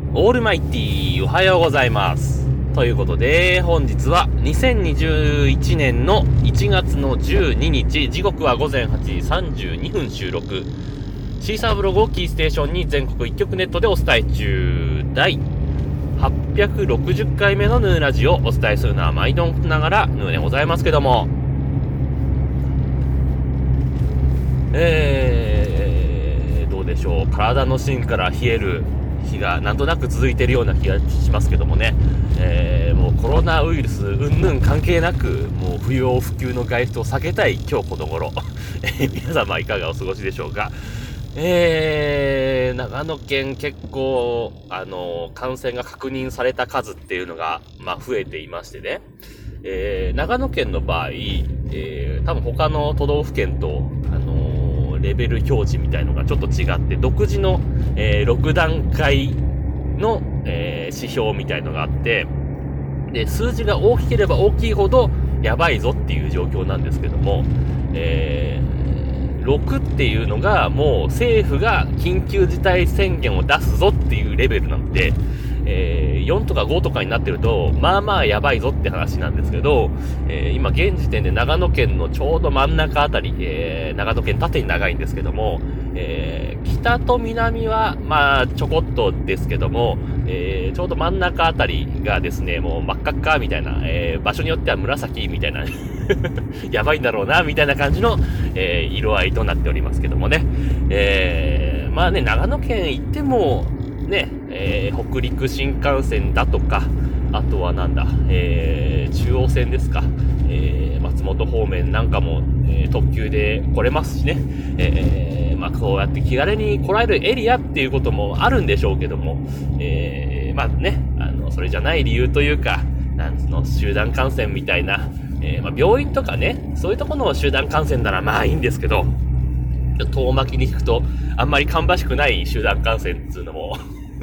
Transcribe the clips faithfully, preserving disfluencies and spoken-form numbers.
オールマイティーおはようございます。ということで本日はにせんにじゅういちねんのいちがつのじゅうににち、時刻はごぜんはちじさんじゅうにふん収録。シーサーブログをキーステーションに全国一曲ネットでお伝え中、第はっぴゃくろくじゅっかいめのヌーラジオをお伝えするのは毎度ながらヌーでございますけども、えー、どうでしょう。体の芯から冷える日がなんとなく続いているような気がしますけどもね、えー、もうコロナウイルスうんぬん関係なく、もう不要不急の外出を避けたい今日この頃皆様いかがお過ごしでしょうか。えー、長野県結構あの感染が確認された数っていうのが、まあ、増えていましてね、えー、長野県の場合、えー、多分他の都道府県とあのレベル表示みたいのがちょっと違って、独自の、えー、ろくだんかいの、えー、指標みたいのがあって、で数字が大きければ大きいほどやばいぞっていう状況なんですけども、えー、ろくっていうのがもう政府が緊急事態宣言を出すぞっていうレベルなので、えー、よんとかごとかになってるとまあまあやばいぞって話なんですけど、えー、今現時点で長野県のちょうど真ん中あたり、えー、長野県縦に長いんですけども、えー、北と南はまあちょこっとですけども、えー、ちょうど真ん中あたりがですね、もう真っ赤っかみたいな、えー、場所によっては紫みたいなやばいんだろうなみたいな感じの、えー、色合いとなっておりますけどもね、えー、まあね、長野県行ってもね、えー、北陸新幹線だとか、あとはなんだ、えー、中央線ですか、えー、松本方面なんかも、えー、特急で来れますしね、えー、まあこうやって気軽に来られるエリアっていうこともあるんでしょうけども、えー、まあね、あのそれじゃない理由というか、なんつの集団感染みたいな、えー、まあ病院とかね、そういうところの集団感染ならまあいいんですけど、遠巻きに聞くとあんまり芳しくない集団感染っていうのも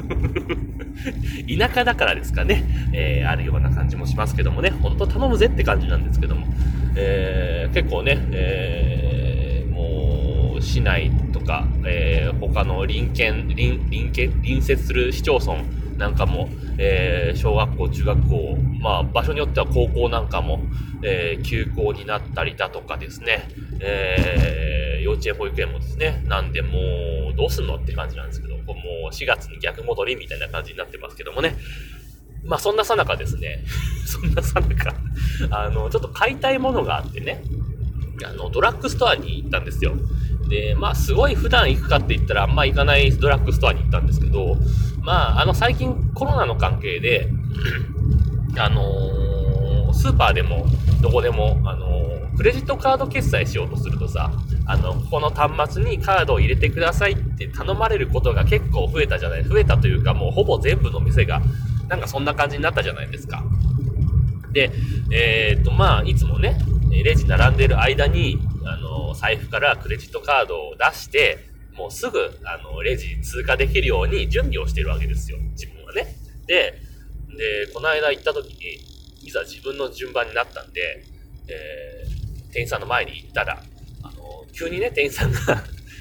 田舎だからですかね、えー、あるような感じもしますけどもね、ほんと頼むぜって感じなんですけども、えー、結構ね、えー、もう市内とか、えー、他の隣県隣隣県隣接する市町村なんかも、えー、小学校中学校、まあ場所によっては高校なんかも、えー、休校になったりだとかですね、えー、幼稚園保育園もですね、なんでもうどうすんのって感じなんですけど、もうしがつに逆戻りみたいな感じになってますけどもね。まあそんなさなかですねそんなさなかあのちょっと買いたいものがあってね、あのドラッグストアに行ったんですよ。でまあすごい普段行くかって言ったらあんま行かないドラッグストアに行ったんですけど、まああの最近コロナの関係であのー、スーパーでもどこでもあのー、クレジットカード決済しようとするとさ、あのこの端末にカードを入れてくださいって頼まれることが結構増えたじゃない増えたというか、もうほぼ全部の店がなんかそんな感じになったじゃないですか。で、えー、っとまあいつもねレジ並んでる間にあの財布からクレジットカードを出して、もうすぐあのレジ通過できるように準備をしてるわけですよ、自分はね。で、でこの間行った時にいざ自分の順番になったんで、えー、店員さんの前に行ったら、あの急にね店員さんが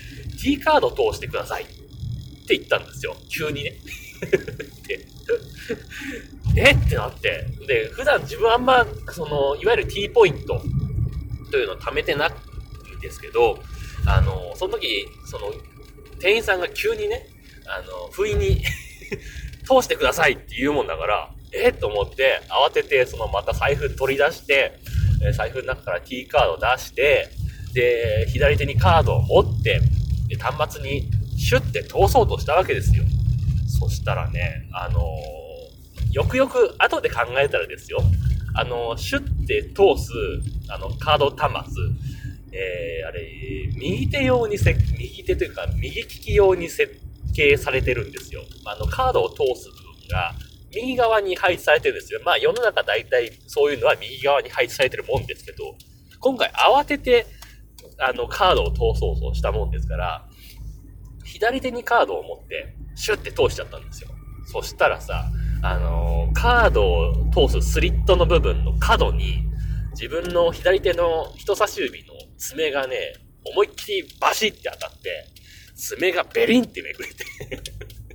T カード通してくださいって言ったんですよ、急にねでえってなって、で普段自分あんまそのいわゆる T ポイントというのを貯めてないんですけど、あのその時その店員さんが急にね、あの不意に通してくださいって言うもんだから、えっと思って慌ててそのまた財布取り出して、えー、財布の中から T カードを出して、で左手にカードを持ってで端末にシュッて通そうとしたわけですよ。そしたらね、あのー、よくよく後で考えたらですよ、あのー、シュッて通すあのカード端末、えー、あれ右手用にせ右手というか右利き用に設計されてるんですよ。あのカードを通す部分が右側に配置されてるんですよ。まあ世の中大体そういうのは右側に配置されてるもんですけど、今回慌ててあのカードを通そうとしたもんですから、左手にカードを持ってシュッて通しちゃったんですよ。そしたらさ、あのー、カードを通すスリットの部分の角に自分の左手の人差し指の爪がね、思いっきりバシッて当たって爪がベリンってめくれて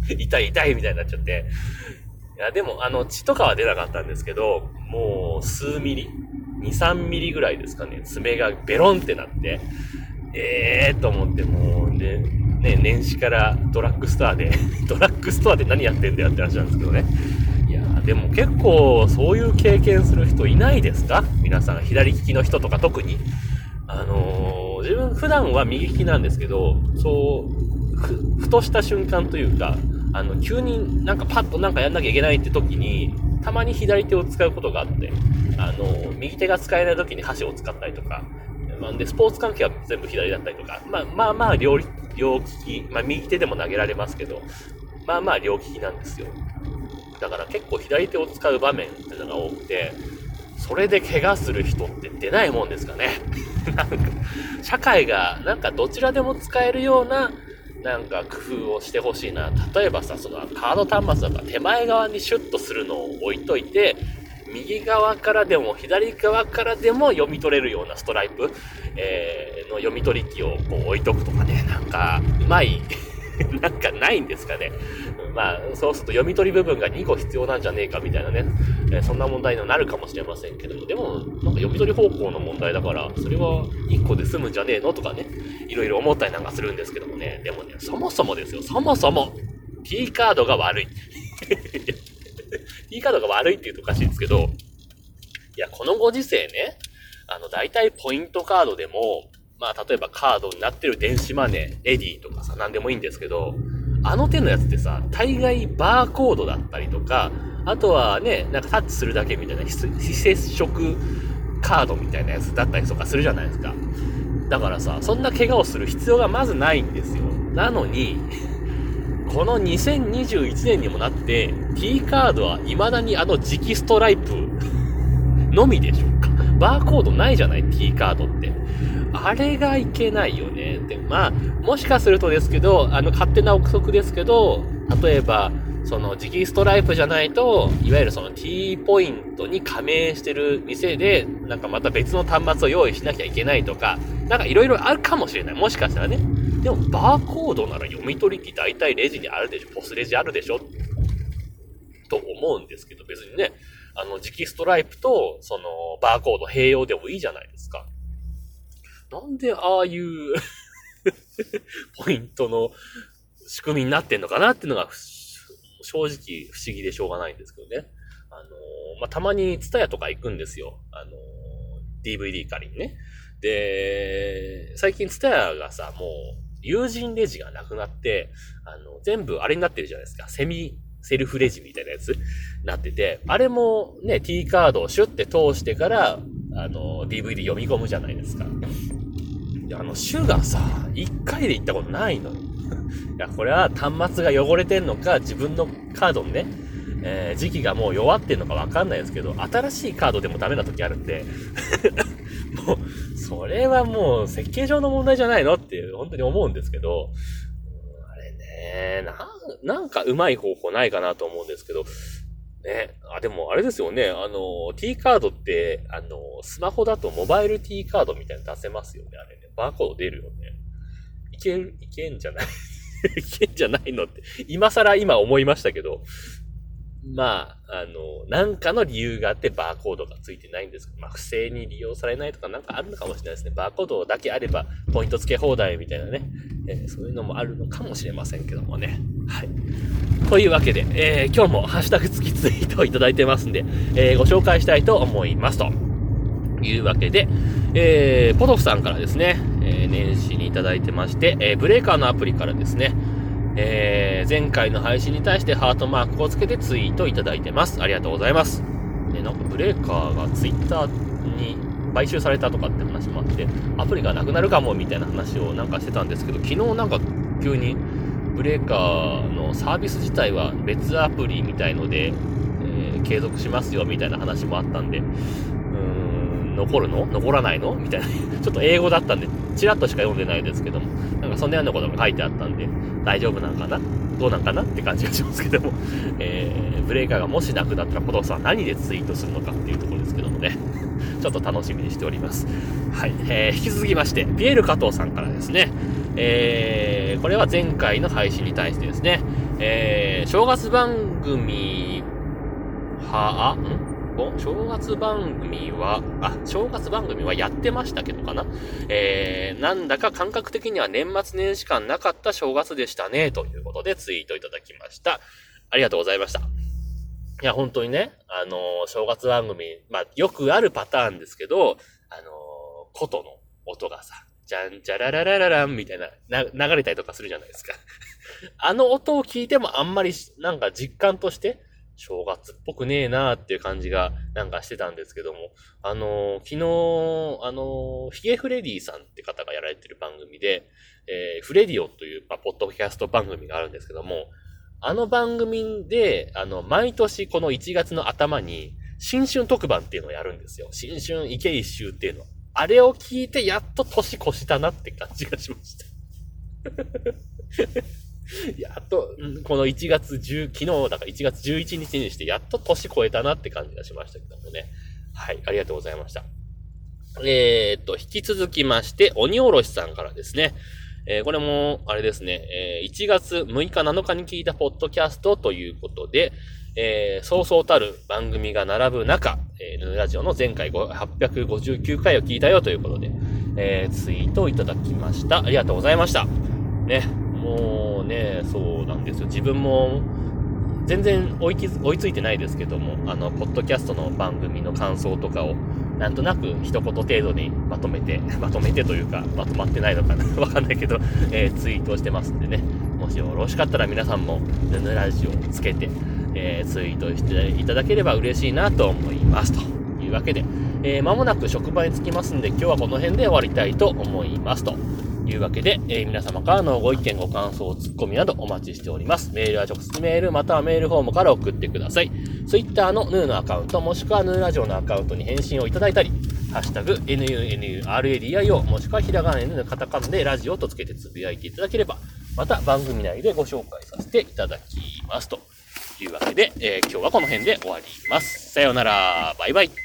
痛い痛いみたいになっちゃって。いや、でも、あの、血とかは出なかったんですけど、もう、数ミリ ?に、さんミリぐらいですかね、爪がベロンってなって、えーと思って、もう、で、ね、年始からドラッグストアで、ドラッグストアで何やってんだよって話なんですけどね。いやー、でも結構、そういう経験する人いないですか？皆さん、左利きの人とか特に。あのー、自分普段は右利きなんですけど、そう、ふ、ふとした瞬間というか、あの、急になんかパッとなんかやんなきゃいけないって時に、たまに左手を使うことがあって、あの、右手が使えない時に箸を使ったりとか、まあ、で、スポーツ関係は全部左だったりとか、まあまあまあ両、両利き、まあ右手でも投げられますけど、まあまあ両利きなんですよ。だから結構左手を使う場面っていうのが多くて、それで怪我する人って出ないもんですかね。なんか、社会がなんかどちらでも使えるようななんか工夫をしてほしいな。例えばさ、そのカード端末だから手前側にシュッとするのを置いといて、右側からでも左側からでも読み取れるようなストライプ、えー、の読み取り機をこう置いとくとかね、なんかうまいなんかないんですかね。まあそうすると読み取り部分がにこ必要なんじゃねえかみたいなね、えー、そんな問題になるかもしれませんけども、でもなんか読み取り方向の問題だからそれはいっこで済むんじゃねえのとかね、いろいろ思ったりなんかするんですけどもね。でもね、そもそもですよ、そもそも T カードが悪いT カードが悪いって言うとおかしいんですけど、いや、このご時世ね、あの、大体ポイントカードでも、まあ、例えばカードになってる電子マネー、レディとかさ、なんでもいいんですけど、あの手のやつってさ、大概バーコードだったりとか、あとはね、なんかタッチするだけみたいな非接触カードみたいなやつだったりとかするじゃないですか。だからさ、そんな怪我をする必要がまずないんですよ。なのに、このにせんにじゅういちねんにもなって、T カードは未だにあの磁気ストライプのみでしょうか。バーコードないじゃない、T カードって。あれがいけないよね。で、まあ、もしかするとですけど、あの、勝手な憶測ですけど、例えば、その、磁気ストライプじゃないと、いわゆるその T ポイントに加盟してる店で、なんかまた別の端末を用意しなきゃいけないとか、なんかいろいろあるかもしれない。もしかしたらね。でも、バーコードなら読み取り機大体レジにあるでしょ。ポスレジあるでしょと思うんですけど、別にね、あの、磁気ストライプと、その、バーコード併用でもいいじゃないですか。なんでああいうポイントの仕組みになってんのかなっていうのが正直不思議でしょうがないんですけどね。あのー、まあ、たまにツタヤとか行くんですよ。あのー、ディーブイディー 借りにね。で、最近ツタヤがさ、もう有人レジがなくなって、あの、全部あれになってるじゃないですか。セミセルフレジみたいなやつなってて、あれもね、T カードをシュッて通してから、あの、ディーブイディー 読み込むじゃないですか。あの、種がさ、一回で行ったことないの。いや、これは端末が汚れてんのか、自分のカードのね、えー、時期がもう弱ってんのかわかんないですけど、新しいカードでもダメな時あるんで、もう、それはもう設計上の問題じゃないのって本当に思うんですけど、あれね、な、なんかうまい方法ないかなと思うんですけど、ね、あ、でもあれですよね、あの、T カードって、あの、スマホだとモバイル T カードみたいなの出せますよね、あれね。バーコード出るよね。いける、いけんじゃないいけんじゃないのって、今更今思いましたけど、まあ、あの、なんかの理由があってバーコードがついてないんですけど、まあ、不正に利用されないとかなんかあるのかもしれないですね。バーコードだけあれば、ポイント付け放題みたいなね、えー、そういうのもあるのかもしれませんけどもね。はい。というわけで、えー、今日もハッシュタグ付きツイートをいただいてますんで、えー、ご紹介したいと思いますと。いうわけで、えー、ポトフさんからですね、えー、年始にいただいてまして、えー、ブレーカーのアプリからですね、えー、前回の配信に対してハートマークをつけてツイートいただいてます。ありがとうございます。ね、なんかブレーカーがツイッターに買収されたとかって話もあって、アプリがなくなるかもみたいな話をなんかしてたんですけど、昨日なんか急にブレーカーのサービス自体は別アプリみたいので、えー、継続しますよみたいな話もあったんで、うーん、残るの？残らないのみたいな。ちょっと英語だったんで、チラッとしか読んでないですけども、なんかそんなようなことが書いてあったんで、大丈夫なんかな？どうなんかなって感じがしますけども、えー、ブレーカーがもしなくなったら、ポトフさんは何でツイートするのかっていうところですけどもね、ちょっと楽しみにしております。はい。えー、引き続きまして、ピエール加藤さんからですね、えー、 これは前回の配信に対してですね、えー、正月番組は、あ、ん正月番組は、あ、正月番組はやってましたけどかな。えー、なんだか感覚的には年末年始間なかった正月でしたね、ということでツイートいただきました。ありがとうございました。いや、本当にね、あのー、正月番組、まあ、よくあるパターンですけど、あのー、琴の音がさ、じゃんじゃらららららんみたいな、な、流れたりとかするじゃないですか。あの音を聞いてもあんまり、なんか実感として、正月っぽくねえなーっていう感じがなんかしてたんですけども、あのー、昨日、あのー、ヒゲフレディさんって方がやられてる番組で、えー、フレディオという、まあ、ポッドキャスト番組があるんですけども、あの番組で、あの、毎年このいちがつの頭に、新春特番っていうのをやるんですよ。新春池一周っていうの。あれを聞いてやっと年越したなって感じがしました。やっと、このいちがつじゅう、昨日だからいちがつじゅういちにちにしてやっと年越えたなって感じがしましたけどもね。はい、ありがとうございました。えーっと、引き続きまして、鬼おろしさんからですね。えー、これも、あれですね、えー、いちがつむいかなのかに聞いたポッドキャストということで、えー、そうそうたる番組が並ぶ中、えー、ヌーラジオの前回はっぴゃくごじゅうきゅうかいを聞いたよということで、えー、ツイートをいただきました。ありがとうございました。ね、もうね、そうなんですよ。自分も、全然追いき追いついてないですけども、あの、ポッドキャストの番組の感想とかを、なんとなく一言程度にまとめて、まとめてというか、まとまってないのかなわかんないけど、えー、ツイートをしてますんでね。もしよろしかったら皆さんも、ヌヌラジオをつけて、えー、ツイートしていただければ嬉しいなと思います。というわけで、えー、間もなく職場に着きますんで、今日はこの辺で終わりたいと思います。というわけで、えー、皆様からのご意見、ご感想、ツッコミなどお待ちしております。メールは直接メール、またはメールフォームから送ってください。Twitter のヌーのアカウント、もしくはヌーラジオのアカウントに返信をいただいたり、ハッシュタグ、エヌユーエヌユーアールエーディーアイオー、もしくはひらがな N のカタカナでラジオとつけてつぶやいていただければ、また番組内でご紹介させていただきます。というわけで、えー、今日はこの辺で終わります。さようなら、バイバイ。